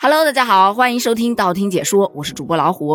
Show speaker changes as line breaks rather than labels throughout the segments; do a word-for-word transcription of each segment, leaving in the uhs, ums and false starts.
Hello， 大家好，欢迎收听道听解说，我是主播老虎。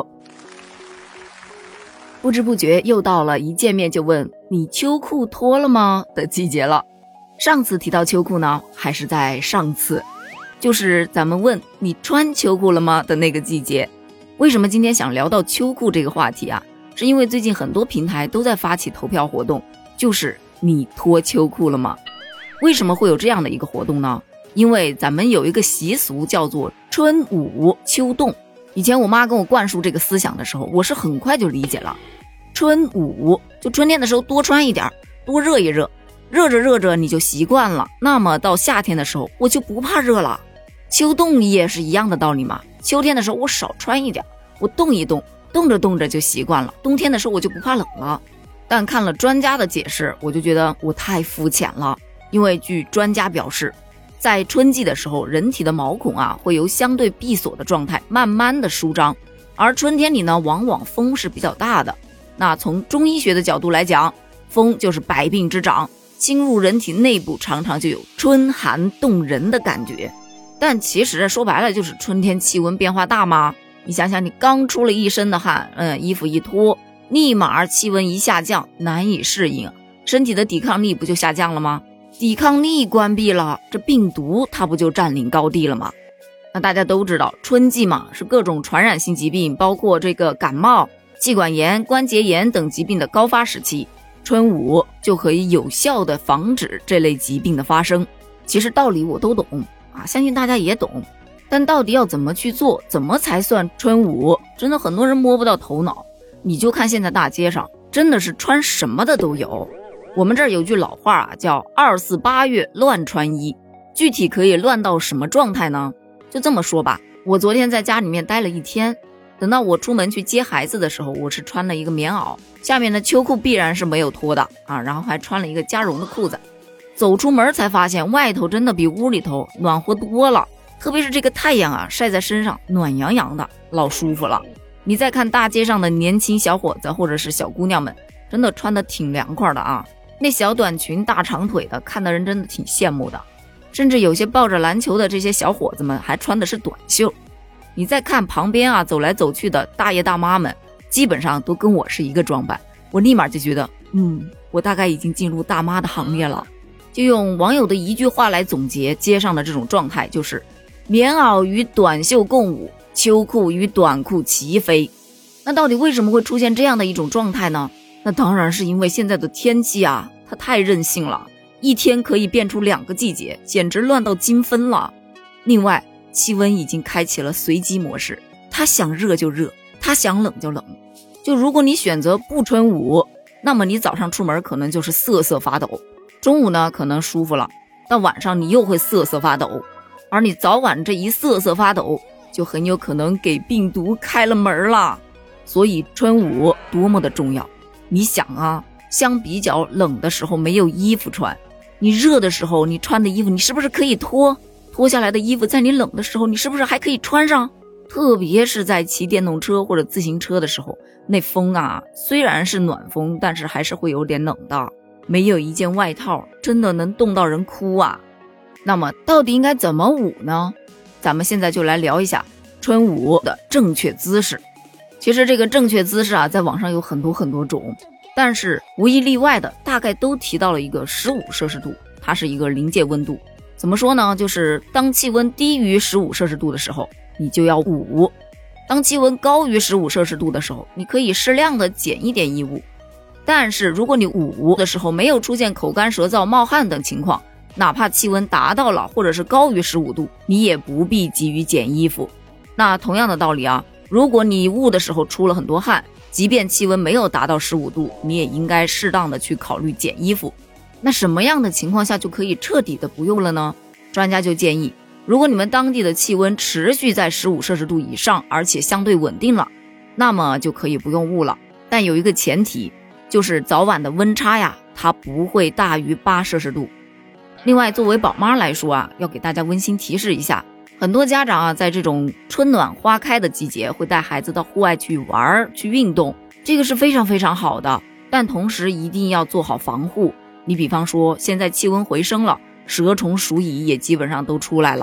不知不觉又到了一见面就问你秋裤脱了吗的季节了。上次提到秋裤呢，还是在上次，就是咱们问你穿秋裤了吗的那个季节。为什么今天想聊到秋裤这个话题啊？是因为最近很多平台都在发起投票活动，就是你脱秋裤了吗？为什么会有这样的一个活动呢？因为咱们有一个习俗叫做春捂秋冻。以前我妈跟我灌输这个思想的时候，我是很快就理解了。春捂就春天的时候多穿一点，多热一热，热着热着你就习惯了，那么到夏天的时候我就不怕热了。秋冻也是一样的道理嘛，秋天的时候我少穿一点，我冻一冻，冻着冻着就习惯了，冬天的时候我就不怕冷了。但看了专家的解释，我就觉得我太肤浅了。因为据专家表示，在春季的时候，人体的毛孔啊会由相对闭锁的状态慢慢的舒张，而春天里呢往往风是比较大的。那从中医学的角度来讲，风就是百病之长，侵入人体内部常常就有春寒冻人的感觉。但其实说白了就是春天气温变化大嘛。你想想，你刚出了一身的汗，嗯，衣服一脱，立马气温一下降，难以适应，身体的抵抗力不就下降了吗？抵抗力关闭了，这病毒它不就占领高地了吗？那大家都知道，春季嘛是各种传染性疾病，包括这个感冒、气管炎、关节炎等疾病的高发时期，春捂就可以有效的防止这类疾病的发生。其实道理我都懂啊，相信大家也懂，但到底要怎么去做，怎么才算春捂，真的很多人摸不到头脑。你就看现在大街上真的是穿什么的都有。我们这儿有句老话啊，叫二四八月乱穿衣，具体可以乱到什么状态呢？就这么说吧，我昨天在家里面待了一天，等到我出门去接孩子的时候，我是穿了一个棉袄，下面的秋裤必然是没有脱的啊，然后还穿了一个加绒的裤子，走出门才发现外头真的比屋里头暖和多了，特别是这个太阳啊晒在身上，暖洋洋的，老舒服了。你再看大街上的年轻小伙子或者是小姑娘们，真的穿的挺凉快的啊，那小短裙大长腿的，看的人真的挺羡慕的。甚至有些抱着篮球的这些小伙子们还穿的是短袖。你再看旁边啊走来走去的大爷大妈们，基本上都跟我是一个装扮，我立马就觉得嗯，我大概已经进入大妈的行列了。就用网友的一句话来总结街上的这种状态，就是棉袄与短袖共舞，秋裤与短裤齐飞。那到底为什么会出现这样的一种状态呢？那当然是因为现在的天气啊，它太任性了，一天可以变出两个季节，简直乱到精分了。另外，气温已经开启了随机模式，它想热就热，它想冷就冷。就如果你选择不春捂，那么你早上出门可能就是瑟瑟发抖，中午呢可能舒服了，到晚上你又会瑟瑟发抖，而你早晚这一瑟瑟发抖，就很有可能给病毒开了门了。所以春捂多么的重要。你想啊，相比较冷的时候没有衣服穿，你热的时候你穿的衣服你是不是可以脱？脱下来的衣服在你冷的时候你是不是还可以穿上？特别是在骑电动车或者自行车的时候，那风啊虽然是暖风，但是还是会有点冷的，没有一件外套真的能冻到人哭啊。那么到底应该怎么捂呢？咱们现在就来聊一下春捂的正确姿势。其实这个正确姿势啊，在网上有很多很多种，但是无一例外的大概都提到了一个十五摄氏度，它是一个临界温度。怎么说呢？就是当气温低于十五摄氏度的时候，你就要捂；当气温高于十五摄氏度的时候，你可以适量的减一点衣物。但是如果你捂的时候没有出现口干舌燥、冒汗等情况，哪怕气温达到了或者是高于十五度，你也不必急于减衣服。那同样的道理啊，如果你捂的时候出了很多汗，即便气温没有达到十五度，你也应该适当的去考虑减衣服。那什么样的情况下就可以彻底的不用了呢？专家就建议，如果你们当地的气温持续在十五摄氏度以上，而且相对稳定了，那么就可以不用捂了。但有一个前提，就是早晚的温差呀，它不会大于八摄氏度。另外，作为宝妈来说啊，要给大家温馨提示一下，很多家长啊，在这种春暖花开的季节，会带孩子到户外去玩、去运动，这个是非常非常好的，但同时一定要做好防护。你比方说，现在气温回升了，蛇虫鼠蚁也基本上都出来了，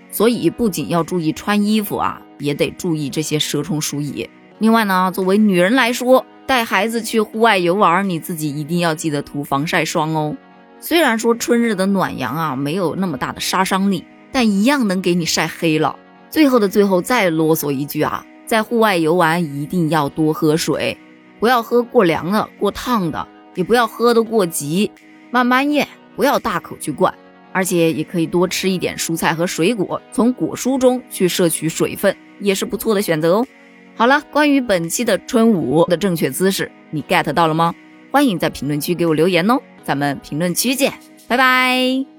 所以不仅要注意穿衣服啊，也得注意这些蛇虫鼠蚁。另外呢，作为女人来说，带孩子去户外游玩，你自己一定要记得涂防晒霜哦。虽然说春日的暖阳啊没有那么大的杀伤力，但一样能给你晒黑了。最后的最后再啰嗦一句啊，在户外游玩一定要多喝水，不要喝过凉的过烫的，也不要喝得过急，慢慢咽，不要大口去灌。而且也可以多吃一点蔬菜和水果，从果蔬中去摄取水分，也是不错的选择哦。好了，关于本期的春捂的正确姿势，你 get 到了吗？欢迎在评论区给我留言哦，咱们评论区见，拜拜。